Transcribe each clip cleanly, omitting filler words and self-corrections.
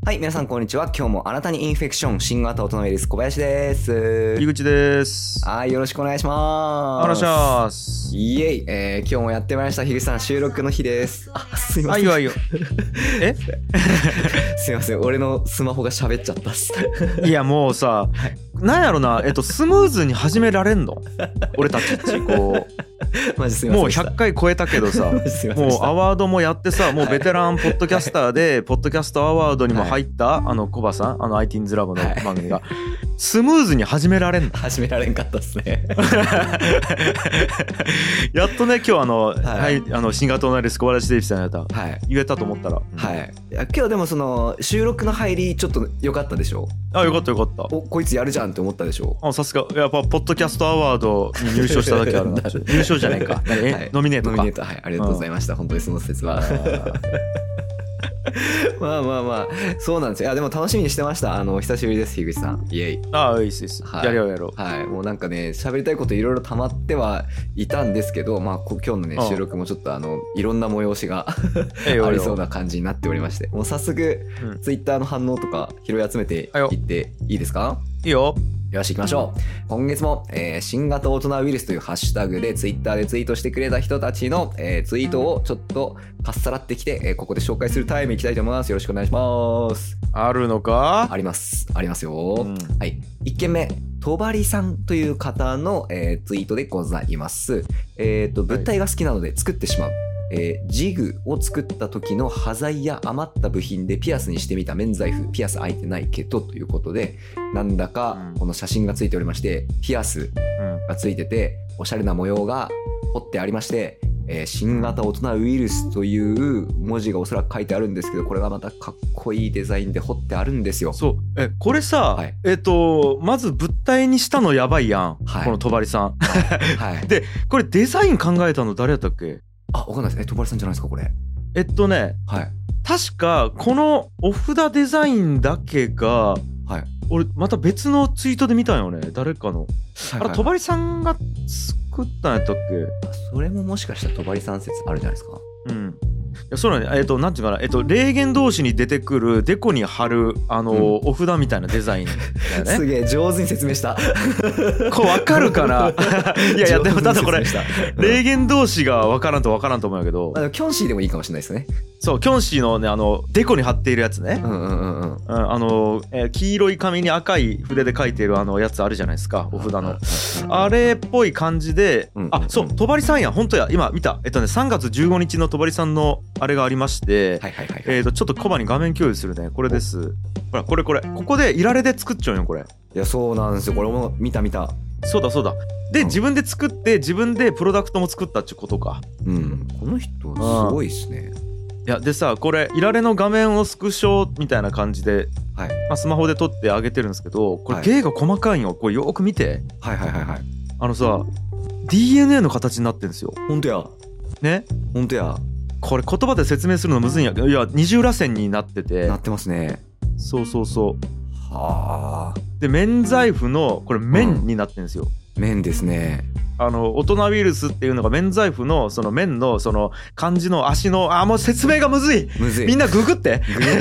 はい、皆さんこんにちは。今日もあなたにインフェクション新型大人ウイルス小林です。 井口です。 はい、よろしくお願いします。 お願いします。 イエイ、今日もやってまいりました。樋口さん、収録の日です。すいません。 あいよえすいません、俺のスマホが喋っちゃったっす。 いやもうさ、なんやろな、スムーズに始められんの俺たちこうマジすいません。 もう100回超えたけどさ、もうアワードもやってさ、もうベテランポッドキャスターでポッドキャストアワードにも入った、コバさん、iTeens ラボの番組が、スムーズに始められんの。 始められんかったっすね。 やっとね、今日新型ウイルス小林デイビスさんやった、言えたと思ったら、 はい。今日でもその収録の入りちょっと良かったでしょ。 よかったよかった。 こいつやるじゃんって思ったでしょ。 さすが、やっぱポッドキャストアワードに入賞しただけあるな。優勝じゃないか。ノミネートか。 ノミネート、はい、ありがとうございました。本当にその説は。まあそうなんですよ。いやでも楽しみにしてました。久しぶりです、樋口さん。イエイ。 いいっす、はい、やろう。 はい、もうなんかね、喋りたいこといろいろ溜まってはいたんですけど、今日のね収録もちょっといろんな催しがありそうな感じになっておりまして、もう早速、ツイッターの反応とか拾い集めていっていいですか？ いいよ。 よし行きましょう。今月も、新型大人ウイルスというハッシュタグでツイッターでツイートしてくれた人たちの、ツイートをちょっとかっさらってきて、ここで紹介するタイムいきたいと思います。よろしくお願いします。 あるのか？ ありますよ、はい。1件目、とばりさんという方の、ツイートでございます。物体が好きなので作ってしまう。ジグを作った時の端材や余った部品でピアスにしてみた免罪符、ピアス開いてないけどということで、なんだかこの写真がついておりまして、ピアスがついてておしゃれな模様が彫ってありまして、新型大人ウイルスという文字がおそらく書いてあるんですけど、これがまたかっこいいデザインで彫ってあるんですよ。 そう、これさ、まず物体にしたのやばいやん、このとばりさん、でこれデザイン考えたの誰やったっけ？ わかんないです。とばりさんじゃないですかこれ。 確かこのお札デザインだけが、俺また別のツイートで見たんよね、誰かの。とばりさんが作ったんやったっけ？ それももしかしたらとばりさん説あるじゃないですか。 いやそうなんね、なんていうかな、霊言同士に出てくるデコに貼るお札みたいなデザインだよね。 すげえ上手に説明した。 こう分かるかな？いやでもただこれ霊言同士が分からんと思うんやけど、 キョンシーでもいいかもしれないですね。 そう、キョンシーのね、デコに貼っているやつね。黄色い紙に赤い筆で書いているやつあるじゃないですか、お札の。あれっぽい感じで、そう、とばりさんや、本当や、今見た。3月15日のとばりさんのあれがありまして、ちょっとコバに画面共有するね。これです。ほら、これ。ここでいられで作っちゃうよ、これ。 いや、そうなんですよ。これも見た。 そうだ。で、自分で作って、自分でプロダクトも作ったってことか。 この人、すごいっすね。 いやでさ、これいられの画面をスクショみたいな感じで、スマホで撮ってあげてるんですけど、これ芸が細かいんよ。これよく見て。さ、 DNA の形になってるんですよ。 ほんとやね。 ほんとや。 これ言葉で説明するのむずいんやけど、いや二重らせんになってて。 なってますね。 そうはあ。 で免罪符のこれ面になってるんですよ。 面ですね。 大人ウイルスっていうのが免罪符のその面のその漢字の足の、もう説明がむずい。みんなググって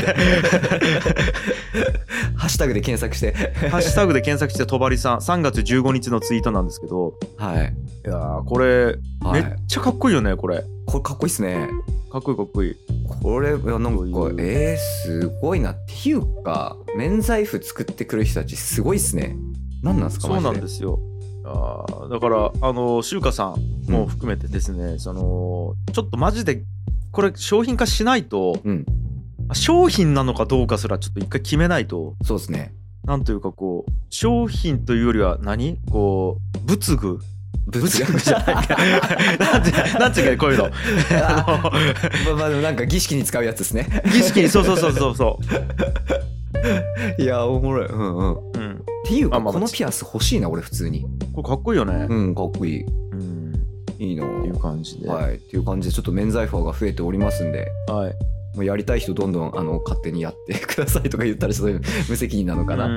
ハッシュタグで検索してとばりさん3月15日のツイートなんですけど、いやこれ、めっちゃかっこいいよね。これかっこいいっすね。 かっこいい。 これなんかすごいなっていうか、免罪符作ってくる人たちすごいっすね。なんですか？ そうなんですよ。だからしゅうかさんも含めてですね、ちょっとマジでこれ商品化しないと、商品なのかどうかすらちょっと一回決めないと。 そうですね。 なんというかこう商品というよりはこう仏具じゃないか。なんていうかこういうの。 なんか儀式に使うやつですね。 儀式にそう。 いやおもろい。っていうかこのピアス欲しいな俺普通に。 これかっこいいよね。 かっこいい。いいなっていう感じで。 っていう感じでちょっと免罪符が増えておりますんで。もうやりたい人どんどん勝手にやってくださいとか言ったらちょっと無責任なのかな。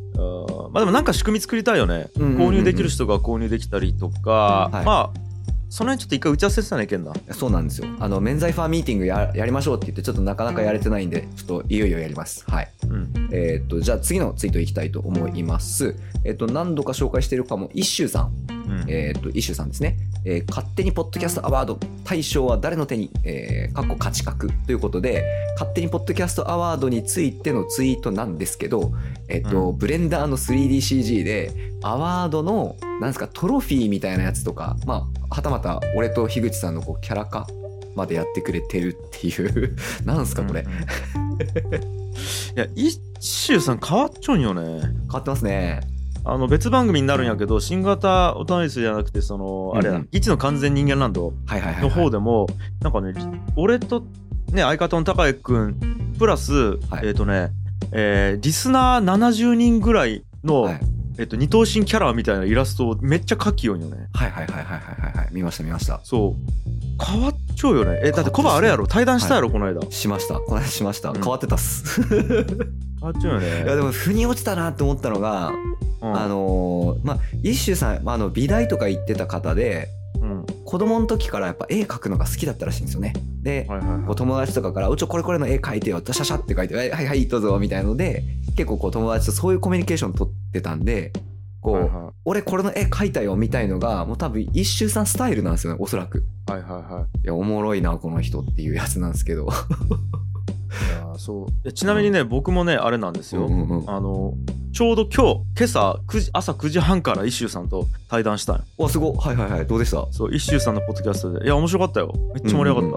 でもなんか仕組み作りたいよね。購入できる人が購入できたりとか、 その辺ちょっと一回打ち合わせしたらいけんな。 そうなんですよ。免罪ファーミーティングやりましょうって言ってちょっとなかなかやれてないんで、ちょっといよいよやります。はい。じゃあ次のツイートいきたいと思います。何度か紹介しているかも、一周さん。一周さんですね。勝手にポッドキャストアワード大賞は誰の手に、価値格ということで、勝手にポッドキャストアワードについてのツイートなんですけど、ブレンダーの 3DCG でアワードのなんですかトロフィーみたいなやつとか、はたまた俺と樋口さんのこうキャラ化までやってくれてるっていうなんすかこれ、いや一周さん変わっちゃうんよね。 変わってますね。 別番組になるんやけど、新型オトナリスじゃなくてあれだ、一の完全人間ランドの方でもなんかね、俺とね相方の高井くんプラス、リスナー70人ぐらいの、二頭身キャラみたいなイラストをめっちゃ描きよんよね。はい見ましたそう変わっちゃうよね。だってコバあれやろ、対談したやろ、この間しました。変わってたっす変わっちゃうよね。 いやでも腑に落ちたなって思ったのが、一周さん美大とか行ってた方で、子供の時からやっぱ絵描くのが好きだったらしいんですよね。で、こう友達とかからこれの絵描いてよ、シャシャって描いて、はいどうぞみたいなので、結構こう友達とそういうコミュニケーション取ってたんで、こう、俺これの絵描いたよみたいのがもう多分一周さんスタイルなんですよね、おそらく。いやおもろいなこの人っていうやつなんですけど。 いやそうちなみにね、僕もねあれなんですよ、ちょうど今朝朝9時半から一周さんと対談したんよ。 わすごい。どうでした？ そう一周さんのポッドキャストで、いや面白かったよ、めっちゃ盛り上がった。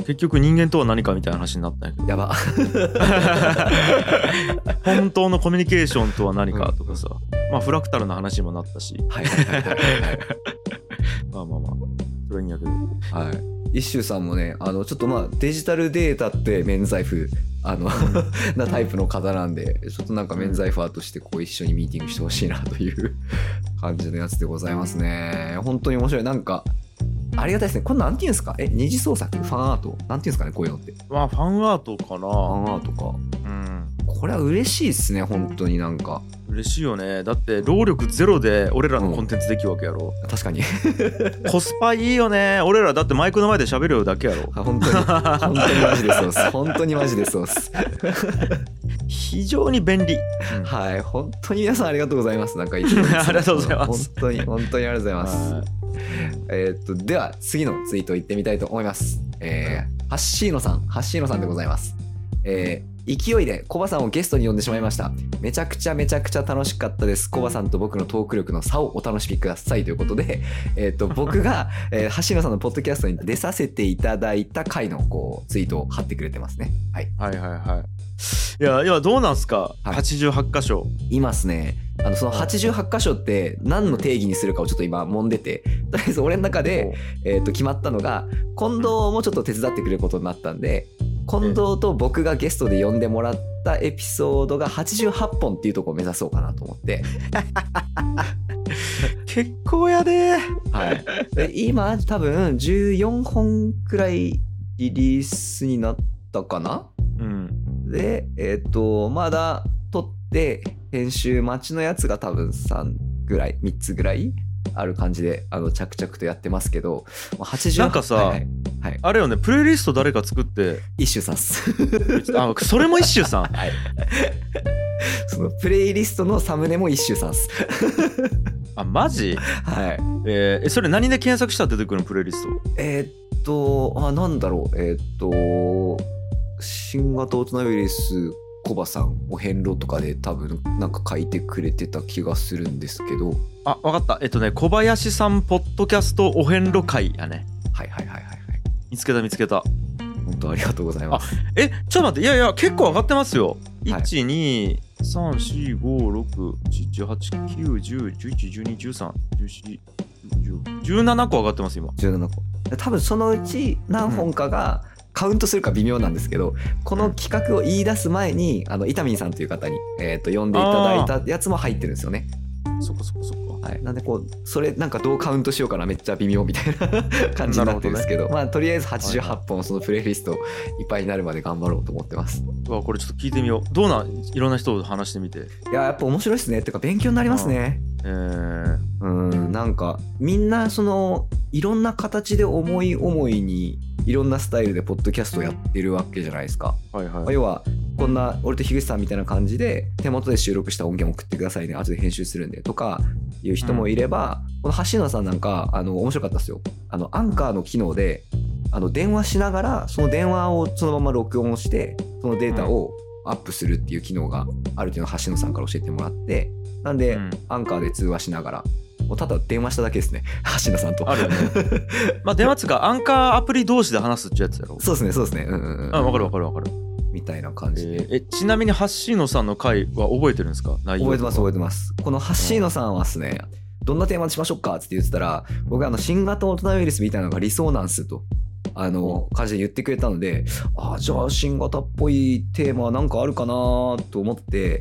結局人間とは何かみたいな話になったんやけど、やば本当のコミュニケーションとは何かとかさ、フラクタルな話にもなったし、まあそれはいいんやけど、 一周さんもね、ちょっとデジタルデータって免罪符なタイプの方なんで、ちょっとなんか免罪符としてこう一緒にミーティングしてほしいなという感じのやつでございますね。本当に面白い。なんかありがたいですね。これなんていうんですか？二次創作、ファンアート、なんていうんですかね、こういうのって。 ファンアートかな。ファンアートか。これは嬉しいですね、本当になんか。 嬉しいよね。だって労力ゼロで俺らのコンテンツできるわけやろ。 確かに。 コスパいいよね。俺らだってマイクの前で喋るだけやろ。 本当にマジでそうっす。本当にマジでそうっす。 非常に便利。 はい、本当に皆さんありがとうございます。なんかいつもありがとうございます。 本当にありがとうございます。では次のツイート行ってみたいと思います。ハッシーノさんでございます。勢いでコバさんをゲストに呼んでしまいました。めちゃくちゃ楽しかったです。コバさんと僕のトーク力の差をお楽しみくださいということで、僕が、ハッシーノさんのポッドキャストに出させていただいた回のこうツイートを貼ってくれてますね。はい。 いやどうなんすか、88箇所いますね。その88箇所って何の定義にするかをちょっと今揉んでて、とりあえず俺の中で、決まったのが、近藤もちょっと手伝ってくれることになったんで、近藤と僕がゲストで呼んでもらったエピソードが88本っていうところを目指そうかなと思って結構やで。 で今多分14本くらいリリースになったかな。でまだ撮って編集待ちのやつが多分3つぐらいある感じで着々とやってますけど、 なんかさ、あれよね、プレイリスト誰か作って一周さんっす。 それも一周さん。 そのプレイリストのサムネも一周さんっす。 マジ？それ何で検索したら出てくるの、プレイリスト？なんだろう、新型オトナウイルスコバさんお遍路とかで多分なんか書いてくれてた気がするんですけど。 わかった。小林さんポッドキャストお遍路会やね。見つけた。 本当ありがとうございます。 ちょっと待って、いや結構上がってますよ。1、2、3、4、5、6、7、8、9、10、11、12、13、14、17個上がってます今。 17個。多分そのうち何本かが、カウントするか微妙なんですけど、この企画を言い出す前にイタミンさんという方に、呼んでいただいたやつも入ってるんですよね。 そっか。 なんでこうそれなんかどうカウントしようかな、めっちゃ微妙みたいな感じになってるんですけど、とりあえず88本そのプレイリストいっぱいになるまで頑張ろうと思ってます。 これちょっと聞いてみよう。どうなん、いろんな人と話してみて。 やっぱ面白いですね。ってか勉強になりますね。 なんかみんなそのいろんな形で思い思いにいろんなスタイルでポッドキャストやってるわけじゃないですか。 はいはい。 要はこんな俺と樋口さんみたいな感じで手元で収録した音源を送ってくださいね、後で編集するんでとかいう人もいれば、この橋野さんなんか面白かったですよ。アンカーの機能で電話しながらその電話をそのまま録音してそのデータをアップするっていう機能があるっていうのを橋野さんから教えてもらって、なんで、アンカーで通話しながらもうただ電話しただけですね、橋野さんと。 あるよね。まあ電話つかアンカーアプリ同士で話すってやつやろ。 そうですねそうですね。 わかるわかるわかる。 みたいな感じで。 ちなみに橋野さんの回は覚えてるんですか？内容。 覚えてます覚えてます。この橋野さんはですね、どんなテーマにしましょうかって言ってたら、僕新型大人ウイルスみたいなのが理想なんすと感じで言ってくれたので、じゃあ新型っぽいテーマはなんかあるかなと思って、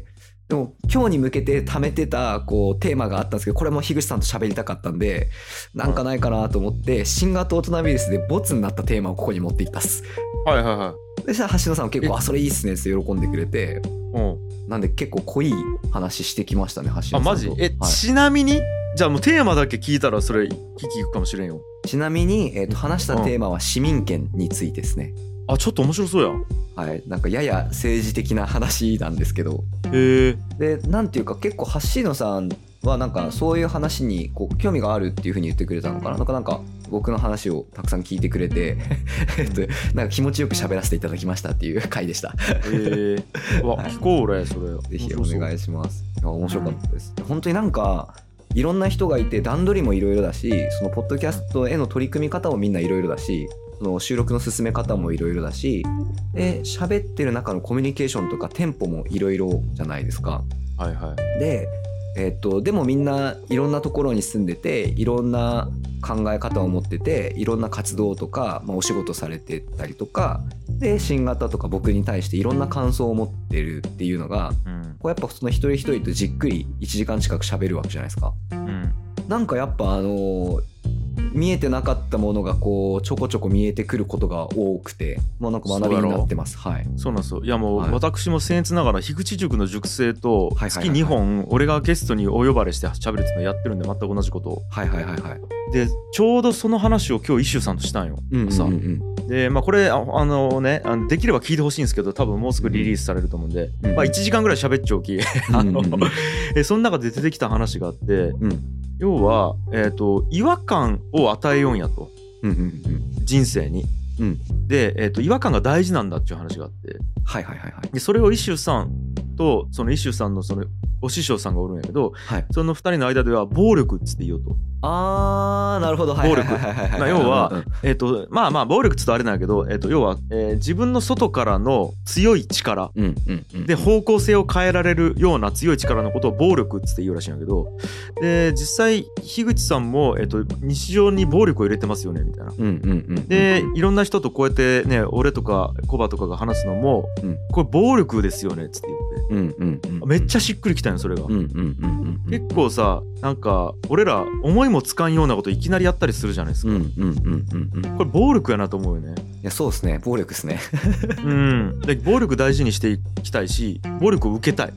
でも今日に向けて貯めてたこうテーマがあったんですけど、これも樋口さんと喋りたかったんでなんかないかなと思って、新型大人ウイルスでボツになったテーマをここに持っていったっす。 はいはいはい。 で、橋野さんは結構それいいっすねって喜んでくれて、なんで結構濃い話してきましたね、橋野さんと。 マジ？ちなみにじゃあもうテーマだけ聞いたらそれ聞くかもしれんよ。 ちなみに、話したテーマは市民権についてですね。 ちょっと面白そうやん。 はい、なんかやや政治的な話なんですけど。で、なんていうか結構橋野さんはなんかそういう話にこう興味があるっていう風に言ってくれたのかな。なんか僕の話をたくさん聞いてくれてなんか気持ちよく喋らせていただきましたっていう回でした。 聞こう俺それ。 ぜひお願いします。面白かったです。本当になんかいろんな人がいて段取りもいろいろだし、そのポッドキャストへの取り組み方もみんないろいろだし、その収録の進め方もいろいろだし、で喋ってる中のコミュニケーションとかテンポもいろいろじゃないですか。 はいはい。 ででもみんないろんなところに住んでて、いろんな考え方を持ってて、いろんな活動とか、お仕事されてたりとかで、新型とか僕に対していろんな感想を持ってるっていうのが、こうやっぱその一人一人とじっくり1時間近く喋るわけじゃないですか。なんかやっぱ見えてなかったものがこうちょこちょこ見えてくることが多くて、なんか学びになってます。はい。 そうなんですよ。いやもう私も僭越ながら樋口塾の塾生と月2本俺がゲストにお呼ばれして喋るっていうのやってるんで、全く同じことを。でちょうどその話を今日イッシュさんとしたんよ。でこれできれば聞いてほしいんですけど、多分もうすぐリリースされると思うんで、1時間ぐらい喋っちゃおきその中で出てきた話があって、要は違和感を与えようんやと、人生に。で違和感が大事なんだっていう話があって、でそれをイッシュさんとそのイッシュさんのそのお師匠さんがおるんやけど、その2人の間では暴力っつって言おうと。 なるほど。 暴力。要は暴力っつうとあれなんやけど、要は自分の外からの強い力で方向性を変えられるような強い力のことを暴力っつって言うらしいんやけど、で実際樋口さんも日常に暴力を入れてますよねみたいな。でいろんな人とこうやってね、俺とかコバとかが話すのも、これ暴力ですよねっつって言って、めっちゃしっくりきたんよそれが。結構さ、なんか俺ら思いもつかんようなこといきなりやったりするじゃないですか。これ暴力やなと思うよね。 いやそうですね、暴力ですね。 で暴力大事にしていきたいし、暴力を受けたい。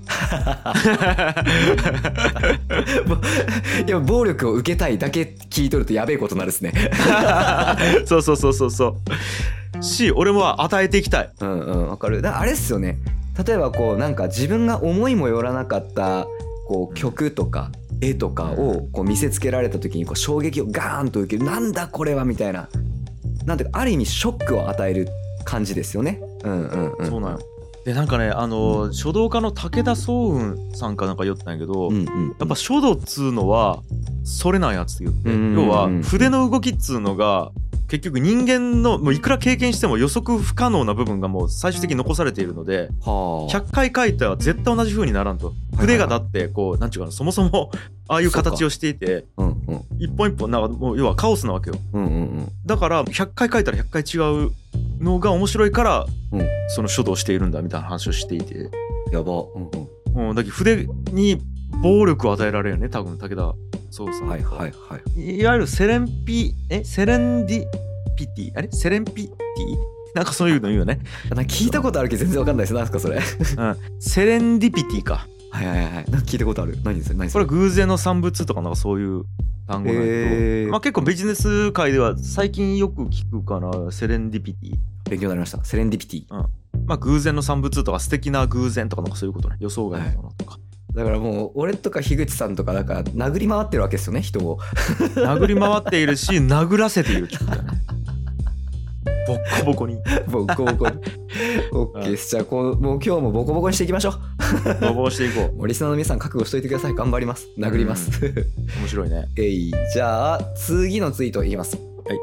いや暴力を受けたいだけ聞いとるとやべえことになるですね。 そうし、俺も与えていきたい。 わかる。だからあれっすよね、例えばこうなんか自分が思いもよらなかったこう曲とか絵とかをこう見せつけられた時にこう衝撃をガーンと受ける、なんだこれはみたいな、なんていうかある意味ショックを与える感じですよね。 そうなんよ。でなんかね、書道家の武田双雲さんかなんか言ったんやけど、やっぱ書道っつうのはそれなんやつって言って、要は筆の動きっつうのが結局人間のもういくら経験しても予測不可能な部分がもう最終的に残されているので、100回書いたら絶対同じ風にならんと。筆がだってこうなんちゅうかな、そもそもああいう形をしていて、一本一本なんかもう要はカオスなわけよ。だから100回書いたら100回違うのが面白いから、その書道をしているんだみたいな話をしていて、 やば。 だけど筆に暴力を与えられるよね、多分武田壮さん。いわゆるセレンディピティ、セレンピティなんかそういうの言うよね。 聞いたことあるけど全然わかんないです。なんですかそれ。 セレンディピティか。 はいはいはい。なんか聞いたことある。何ですか？ これ偶然の産物とかなんかそういう単語なんだけど、まあ結構ビジネス界では最近よく聞くかな。セレンディピティ。 勉強になりました。セレンディピティ。 まあ偶然の産物とか素敵な偶然とかなんかそういうことね。予想外のものとか。 だからもう俺とか樋口さんとかなんか殴り回ってるわけですよね、人を。 殴り回っているし殴らせているってことだね。ボッコボコに。 ボコボコに。オッケーです。じゃあもう今日もボコボコにしていきましょう。 ボコボコしていこう。 もうリスナーの皆さん覚悟しといてください。頑張ります。殴ります。 面白いね。 じゃあ次のツイートいきます。 はい。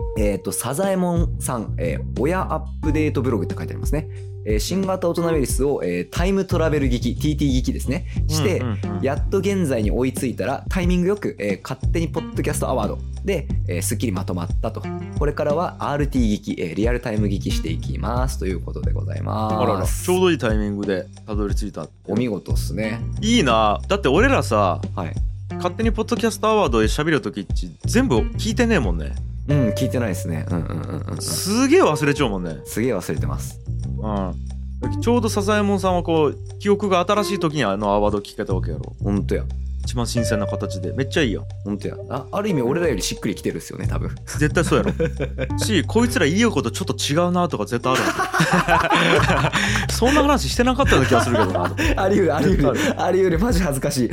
サザエモンさん、親アップデートブログって書いてありますね。新型大人ウイルスを、タイムトラベル劇 TT 劇ですねして、やっと現在に追いついたらタイミングよく、勝手にポッドキャストアワードで、スッキリまとまったと。これからは RT 劇、リアルタイム劇していきますということでございます。 あらら、ちょうどいいタイミングでたどり着いた。 お見事っすね。 いいな。だって俺らさ、 はい、 勝手にポッドキャストアワードで喋るとき全部聞いてねえもんね。 聞いてないですね。 すげえ忘れちゃうもんね。 すげえ忘れてます。 ちょうど笹右衛門さんはこう記憶が新しい時にあのアワード聞けたわけやろ。 ほんとや。 一番新鮮な形でめっちゃいいよ。 ほんとや。ある意味俺らよりしっくりきてるっすよね多分。 絶対そうやろ。しこいつら言うことちょっと違うなとか絶対あるんですよ。そんな話してなかったような気がするけどな。 あり得るマジ恥ずかしい。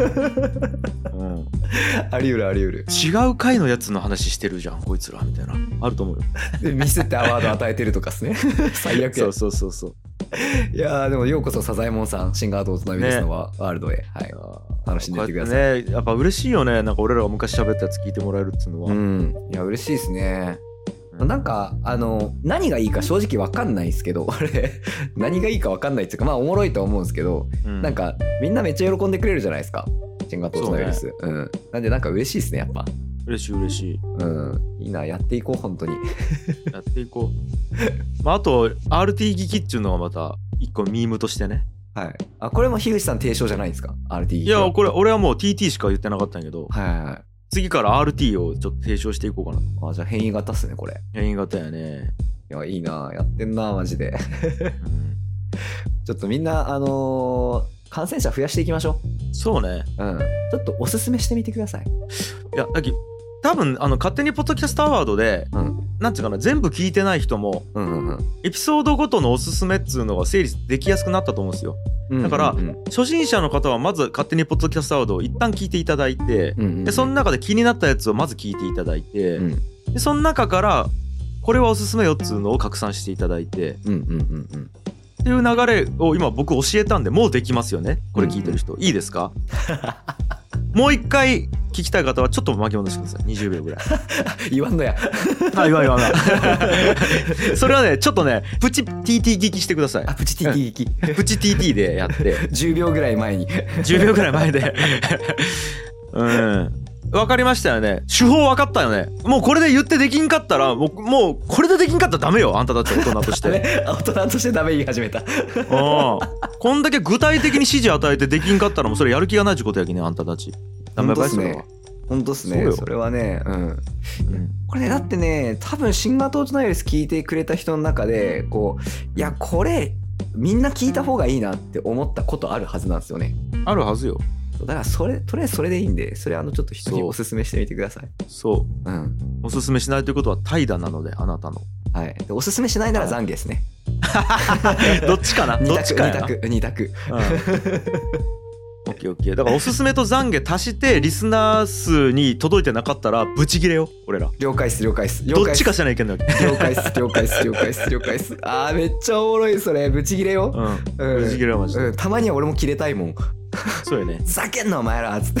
あり得る違う回のやつの話してるじゃんこいつらみたいなあると思うよ。 でミスってアワード与えてるとかっすね。最悪や。 そういやでもようこそサザエモンさん新型大人ウイルスのワールドへ、はい、楽しんでいってください。 ね、やっぱ嬉しいよね。なんか俺らが昔喋ったやつ聞いてもらえるっていうのは。 いや嬉しいですね。なんか何がいいか正直分かんないですけど俺何がいいか分かんないっていうかまあおもろいとは思うんですけど、なんかみんなめっちゃ喜んでくれるじゃないですか新型大人ウイルス、なんでなんか嬉しいですねやっぱ。 嬉しい。 いいな、やっていこう本当に。 やっていこう。まああと RT 劇っていうのがまた一個ミームとしてね。 はい。これも樋口さん提唱じゃないですか RT 劇。 いやこれ俺はもう TT しか言ってなかったんやけど。 はい。 次から RT をちょっと提唱していこうかな。 じゃあ変異型っすねこれ。 変異型やね。 いやいいな、やってんなマジで。ちょっとみんな感染者増やしていきましょう。そうね。 ちょっとおすすめしてみてください。 いやだき多分勝手にポッドキャストアワードで、なんていうかな全部聞いてない人も、エピソードごとのおすすめっつうのが整理できやすくなったと思うんですよ。だから、初心者の方はまず勝手にポッドキャストアワードを一旦聞いていただいて、でその中で気になったやつをまず聞いていただいて、でその中からこれはおすすめよっつうのを拡散していただいて、っていう流れを今僕教えたんでもうできますよね。これ聞いてる人、いいですか？もう一回聞きたい方はちょっと巻き戻してください。20秒ぐらい。 言わんのや。 言わんな。それはねちょっとねプチ TT 聞きしてください。 プチ TT 聞き。 プチ TT でやって 10秒ぐらい前に。 10秒ぐらい前で。分かりましたよね。手法分かったよね。もうこれで言ってできんかったらもうこれでできんかったらダメよ。あんただって大人として。 大人としてダメ言い始めた。 こんだけ具体的に指示与えてできんかったらもうそれやる気がないってことやきねあんたたち。ダメばいそれは。 本当っすね。それはね、これねだってね多分新型大人ウイルス聞いてくれた人の中でいやこれみんな聞いた方がいいなって思ったことあるはずなんですよね。 あるはずよ。 だからとりあえずそれでいいんでちょっと人におすすめしてみてください。 そう、おすすめしないということは怠惰なのであなたの。 はい。おすすめしないなら懺悔ですね。 どっちかな。 2択。 オッケー。だからおすすめと懺悔足してリスナー数に届いてなかったらブチギレよ俺ら。 了解っす。 どっちかしないけんの。 了解っす。めっちゃおもろいそれ。ブチギレよ。 ブチギレよマジで。 たまには俺もキレたいもん。 そうよね。 ふざけんなお前らっつって。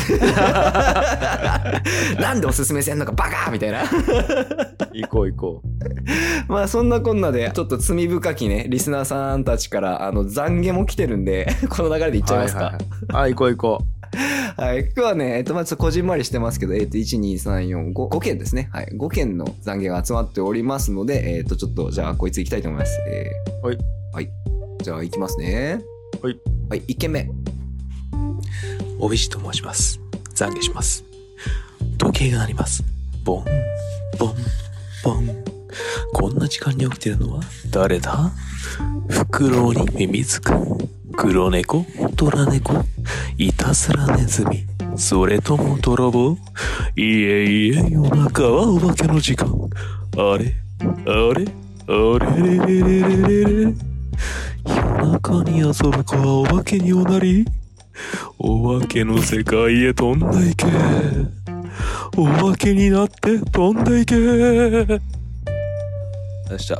なんでおすすめせんのかバカみたいな。 行こう。まあそんなこんなでちょっと罪深きねリスナーさんたちから懺悔も来てるんでこの流れでいっちゃいますか。 行こう。はい、今日はねまずこじんまりしてますけど12345件ですね。はい、5件の懺悔が集まっておりますのでちょっとじゃあこいついきたいと思います。はい。じゃあいきますね。はい。1件目。 おびしと申します。懺悔します。時計が鳴ります。ボンボンボン。こんな時間に起きてるのは誰だ？フクロウにミミズク。 黒猫、ドラ猫、いたずらネズミ、それとも泥棒。いえいえ、夜中はお化けの時間。あれあれあれれれれれれれ。夜中に遊ぶ子はお化けにおなり、お化けの世界へ飛んでいけ。お化けになって飛んでいけ。よっしゃ。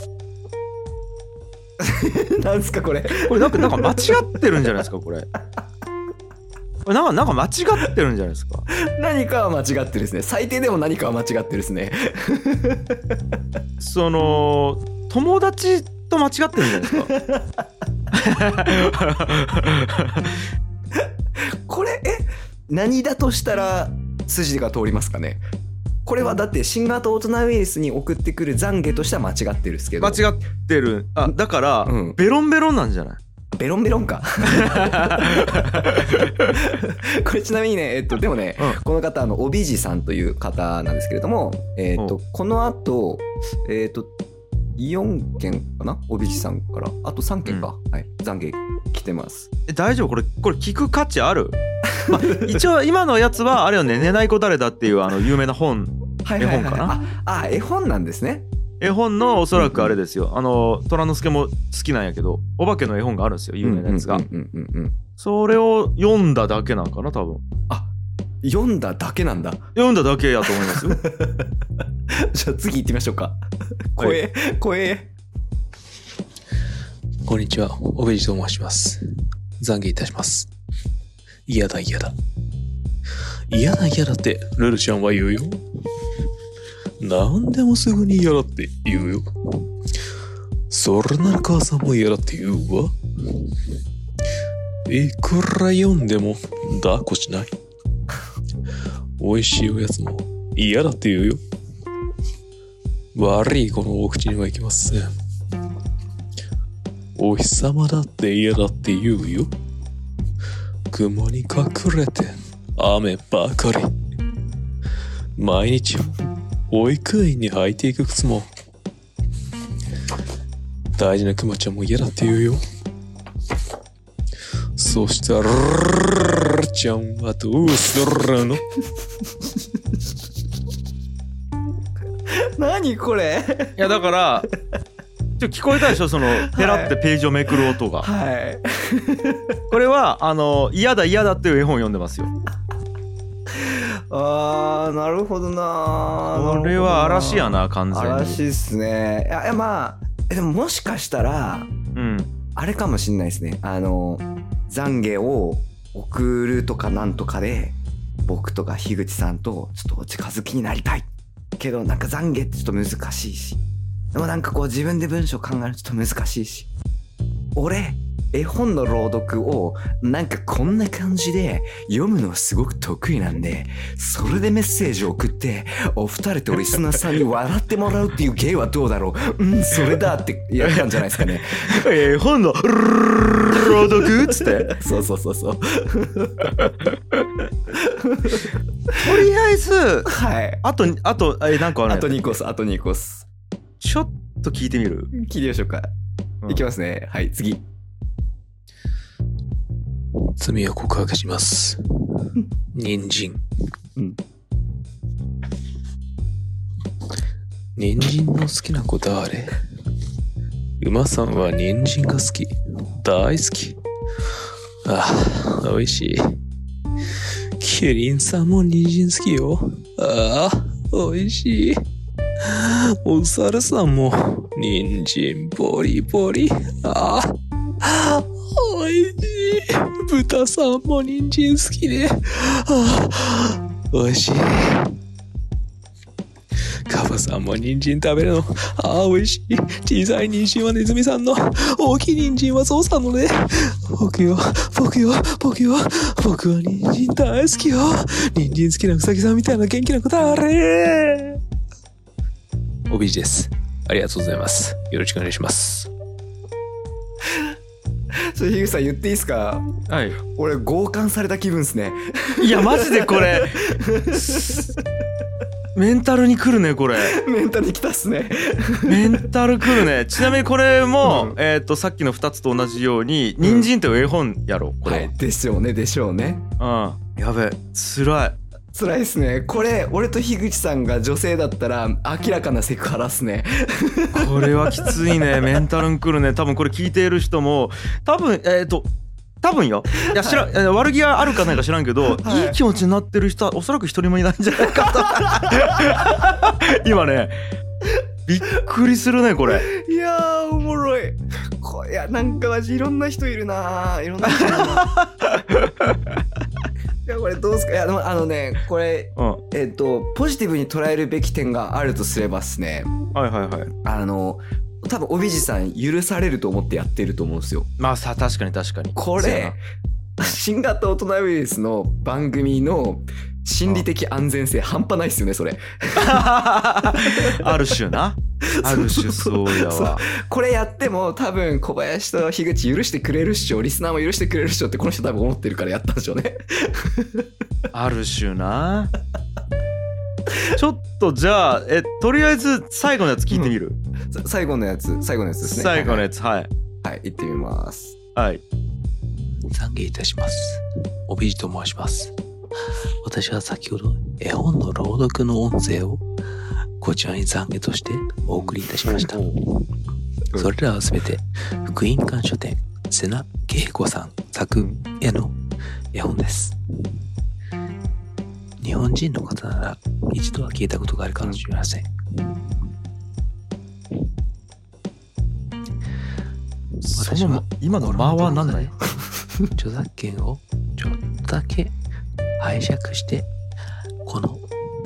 なんすかこれ。 これなんか間違ってるんじゃないですかこれ。これなんか間違ってるんじゃないですか。 何かは間違ってるですね。最低でも何かは間違ってるですね。 その友達と間違ってるんじゃないですか。 これ何だとしたら筋が通りますかね。これはだって新型オトナウイルスに送ってくる懺悔としては間違ってるんですけど。 間違ってる。だから、ベロンベロンなんじゃない。 ベロンベロンか。これちなみにね、でもね、この方おびじさんという方なんですけれども、この後4件かな、おびじさんからあと3件か、はい、懺悔来てます。 大丈夫？これ聞く価値ある？まあ、一応今のやつはあれよね、寝ない子誰だっていう有名な本、絵本かな。 絵本なんですね。 絵本のおそらくあれですよ、虎之助も好きなんやけど、お化けの絵本があるんですよ、有名なやつが。それを読んだだけなんかな多分。 読んだだけなんだ。 読んだだけやと思いますよ。 じゃあ次行ってみましょうか。怖え。 こんにちは、おべじと申します。懺悔いたします。嫌だってルルちゃんは言うよ。なんでもすぐに嫌だって言うよ。それなら母さんも嫌だって言うわ。いくら読んでも抱っこしない。美味しいおやつも嫌だって言うよ。悪い子のお口にはいきません。お日様だって嫌だって言うよ。雲に隠れて雨ばかり。毎日保育園に履いていく靴も大事なクマちゃんも嫌だって言うよ。そしたらルルちゃんはどうするの？ 何これ。 いやだから聞こえたでしょ、そのペラってページをめくる音が。 はい。 これは嫌だっていう絵本読んでますよ。 なるほどな。 これは嵐やな、完全に。 嵐っすね。いやまあでももしかしたら、あれかもしんないですね。懺悔を送るとかなんとかで僕とか樋口さんとちょっとお近づきになりたいけど、なんか懺悔ってちょっと難しいし、でもなんかこう自分で文章考えるとちょっと難しいし、俺絵本の朗読をなんかこんな感じで読むのすごく得意なんで、それでメッセージを送ってお二人とリスナーさんに笑ってもらうっていう芸はどうだろう。それだってやったんじゃないですかね。 絵本の朗読っつって。 そう。とりあえず、 はい。 あと何個ある？ あと2個っす。 ちょっと聞いてみる？ 聞いてみましょうか。いきますね。はい、次。 罪を告白します。人参。人参の好きな子誰？馬さんは人参が好き。大好き。美味しい。キリンさんも人参好きよ。美味しい。お猿さんも人参ボリボリ。おいしい。豚さんも人参好きね。おいしい。カバさんも人参食べるの。おいしい。小さい人参はネズミさんの。大きい人参はゾウさんのね。僕は人参大好きよ。人参好きなウサギさんみたいな元気な子誰？おびじです。ありがとうございます。よろしくお願いします。 それ樋口さん言っていいですか？ はい。 俺強姦された気分ですね。 いやマジでこれメンタルに来るねこれ。 メンタルに来たっすね。 メンタル来るね。ちなみにこれも、さっきの2つと同じように人参って絵本やろこれ、 はい、でしょうねでしょうね。 やべえ辛いっすね。これ俺と樋口さんが女性だったら明らかなセクハラっすね。 これはきついね。メンタルに来るね。多分これ聞いている人も多分よ。いや悪気はあるかないか知らんけど、いい気持ちになってる人はおそらく一人もいないんじゃないかと。今ねびっくりするねこれ。 いやーおもろい。いやなんかマジいろんな人いるな。いろんな人いるな。いやこれどうすか。いやでもこれ、ポジティブに捉えるべき点があるとすればっすね。 はいはいはい。 多分おびじさん許されると思ってやってると思うんですよ。 まあさ確かにこれ新型大人ウイルスの番組の心理的安全性半端ないっすよねそれ。 ある種な。ある種そうやわ。 これやっても多分小林と樋口許してくれるっしょ、リスナーも許してくれるっしょってこの人多分思ってるからやったんでしょうね。 ある種な。ちょっとじゃあとりあえず最後のやつ聞いてみる、 最後のやつですね。 最後のやつはい行ってみます。 はい。 懺悔いたします。おびじと申します。私は先ほど絵本の朗読の音声をこちらに懺悔としてお送りいたしました。それらはすべて福音館書店瀬名恵子さん作への絵本です。日本人の方なら一度は聞いたことがあるかもしれません。私は今の間は何だよ。 著作権をちょっとだけ拝借してこの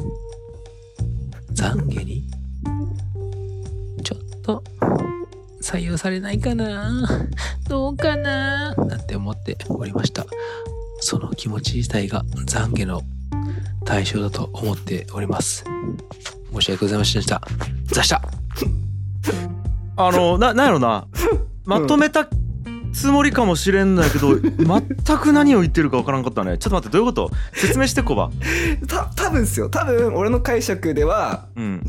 懺悔にちょっと採用されないかな、どうかななんて思っておりました。その気持ち自体が懺悔の対象だと思っております。申し訳ございませんでした。ざした。 なんやろな、まとめたつもりかもしれんだけど、全く何を言ってるかわからんかったね。ちょっと待って、どういうこと？説明してこば。 多分ですよ。多分俺の解釈では、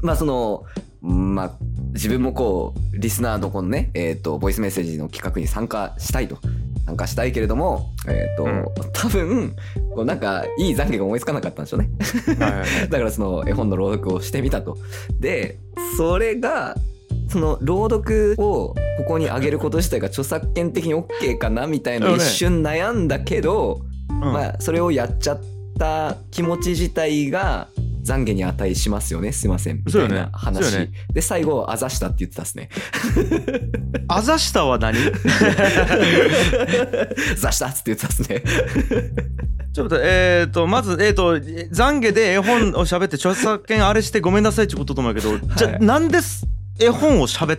自分もこうリスナーのこのね、ボイスメッセージの企画に参加したいけれども、多分こうなんかいい懺悔が思いつかなかったんでしょうね。だからその絵本の朗読をしてみたと。でそれがその朗読をここに上げること自体が著作権的に OK かなみたいな一瞬悩んだけど、それをやっちゃった気持ち自体が懺悔に値しますよね、すいませんみたいな話、で最後あざしたって言ってたっすね。 あざしたは何？ ざしたっつって言ってたっすね。 ちょっとまず懺悔で絵本を喋って著作権あれしてごめんなさいってことと思うけど、じゃあなんで絵本を喋った？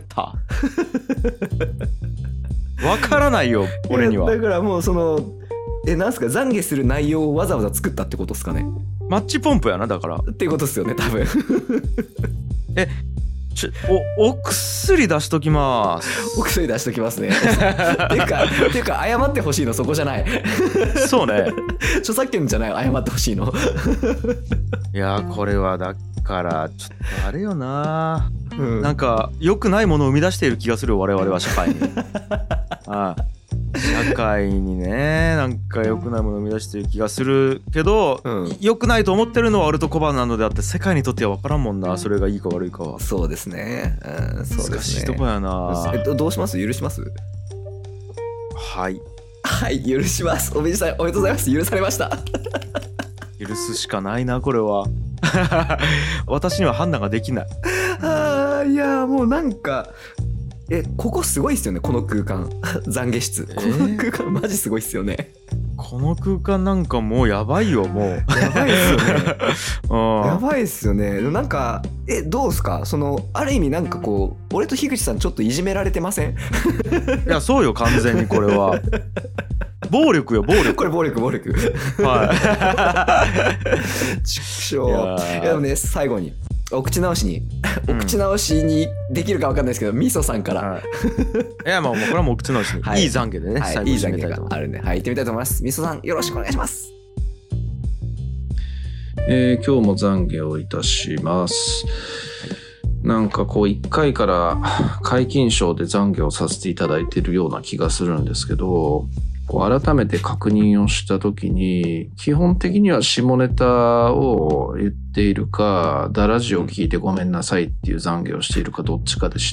わからないよ俺には。 だからもうそのなんすか、懺悔する内容をわざわざ作ったってことですかね。 マッチポンプやな、だからっていうことですよね多分。 お薬出しときます。 お薬出しときますね。っていうか謝ってほしいのそこじゃない。 そうね。 著作権じゃない、謝ってほしいの。 いやこれはだからちょっとあれよな、なんか良くないものを生み出している気がする我々は社会に。社会にね、なんか良くないものを生み出している気がするけど、良くないと思ってるのは俺とコバなのであって世界にとっては分からんもんな、それがいいか悪いかは。 そうですね、そうですね。 難しいとこやな。 どうします？許します？ はい許します。おめでとうございます。許されました。 許すしかないなこれは。私には判断ができない。 いやもうなんかここすごいっすよね、この空間。懺悔室、この空間マジすごいっすよね。 この空間なんかもうやばいよ、もうやばいっすよね。やばいっすよね。なんかどうすか、そのある意味なんかこう俺と樋口さんちょっといじめられてません？いやそうよ、完全にこれは暴力よ、暴力。 これ暴力。はい。ちくしょう。いやでもね、最後にお口直しにできるか分かんないですけど、みそさんから、 いやもうこれはもうお口直しに、いい懺悔でね、 いい懺悔があるんで、行ってみたいと思います。みそさんよろしくお願いします。 今日も懺悔をいたします。なんかこう1回から皆勤賞で懺悔をさせていただいているような気がするんですけど、こう改めて確認をしたときに、基本的には下ネタを言っているか、ダラジを聞いてごめんなさいっていう懺悔をしているかどっちかでして、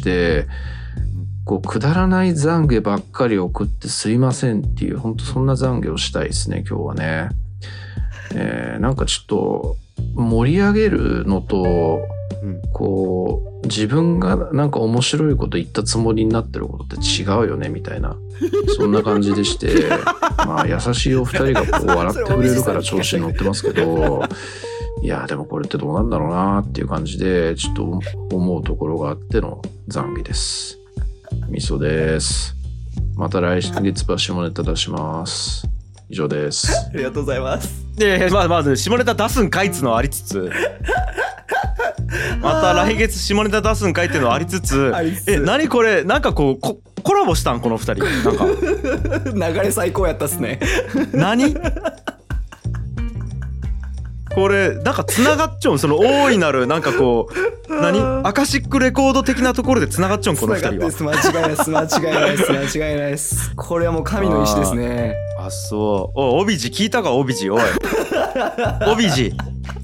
こうくだらない懺悔ばっかり送ってすいませんっていう、本当そんな懺悔をしたいですね、今日はね。なんかちょっと盛り上げるのと、こう自分がなんか面白いこと言ったつもりになってることって違うよねみたいな、そんな感じでして、まあ優しいお二人がこう笑ってくれるから調子に乗ってますけど、いやでもこれってどうなんだろうなっていう感じでちょっと思うところがあっての懺悔です。みそです。また来月は下ネタ出します。以上です。 ありがとうございます。 まず下ネタ出すんかいっつのありつつまた来月下ネタ出すんかいっていうのはありつつ何これ、なんかこうコラボしたんこの二人、なんか流れ最高やったっすね。 何これなんか繋がっちゃうん、その大いなるなんかこうアカシックレコード的なところで繋がっちゃうん、この二人は。 間違いないです。これはもう神の意志ですね。 あ、そう。おい、オビジ聞いたか、オビジ。おいオビジ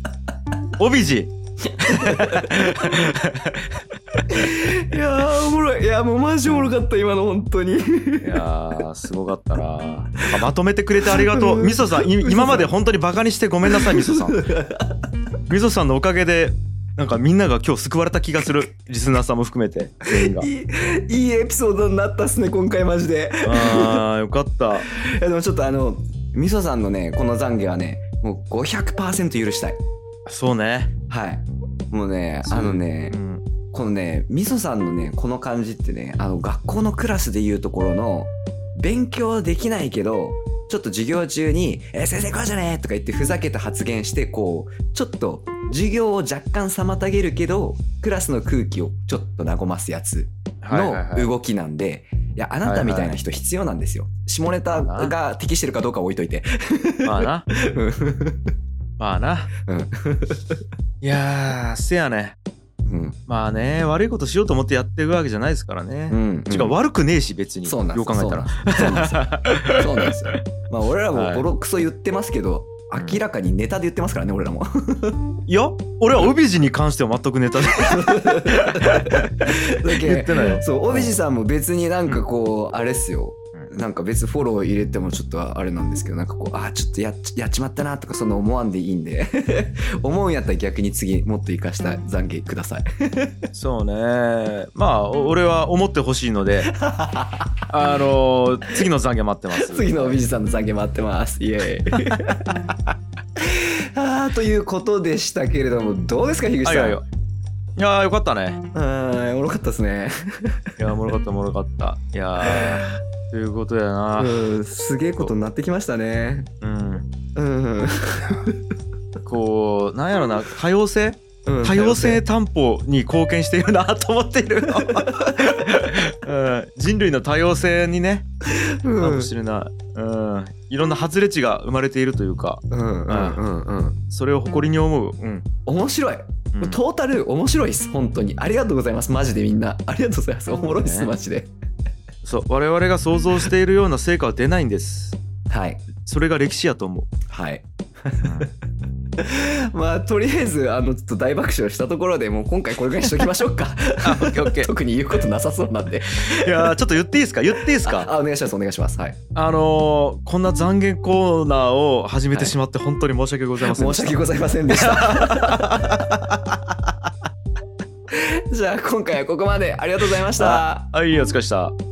いやーおもろい。いやもうマジおもろかった今の本当に。いやーすごかったな。まとめてくれてありがとう。みそさん、今まで本当にバカにしてごめんなさい、みそさん。みそさんのおかげでなんかみんなが今日救われた気がする。リスナーさんも含めて全員が。いいエピソードになったっすね今回マジで。 あーよかった。いやでもちょっとみそさんのねこの懺悔はねもう 500% 許したい。 そうね。 はい。もうねこのねみそさんのねこの感じってね、学校のクラスでいうところの勉強できないけどちょっと授業中に「先生こうじゃね!」とか言ってふざけた発言して、こうちょっと授業を若干妨げるけどクラスの空気をちょっと和ますやつの動きなんで、いやあなたみたいな人必要なんですよ。下ネタが適してるかどうか置いといて。 まあなまあな、いやーせやね、まあね、悪いことしようと思ってやってるわけじゃないですからね。違う、悪くねえし別に。 そうなんです。 よう考えたらそうなんですよ。まあ俺らもボロクソ言ってますけど、明らかにネタで言ってますからね俺らも。 いや俺はオビジに関しては全くネタで言ってないよ。 そう、オビジさんも別になんかこうあれっすよ、なんか別フォロー入れてもちょっとあれなんですけど、なんかこうちょっとやっちまったなとかそんな思わんでいいんで思うんやったら逆に次もっと生かした懺悔ください。 そうね、まあ俺は思ってほしいので次の懺悔待ってます。 次のおびじさんの懺悔待ってます。イエーイ。ということでしたけれども、どうですか樋口さん。 いやーよかったね。 おもろかったですね。 いやおもろかった。いやーということやな。 すげえことになってきましたね。 こうなんやろな、多様性担保に貢献しているなと思っている。人類の多様性にね、かもしれない。いろんな外れ値が生まれているというか、それを誇りに思う。 面白い。トータル面白いです。本当にありがとうございます。マジでみんなありがとうございます。おもろいです、マジで。 そう、我々が想像しているような成果は出ないんです。 はい。 それが歴史やと思う。 はい。まあとりあえずちょっと大爆笑したところでもう今回これぐらいにしときましょうか。特に言うことなさそうなんで。 いやちょっと言っていいですか。 お願いします。はい。 こんな懺悔コーナーを始めてしまって本当に申し訳ございませんでした。 申し訳ございませんでした。じゃあ今回はここまで。ありがとうございました。 はい、お疲れ様でした。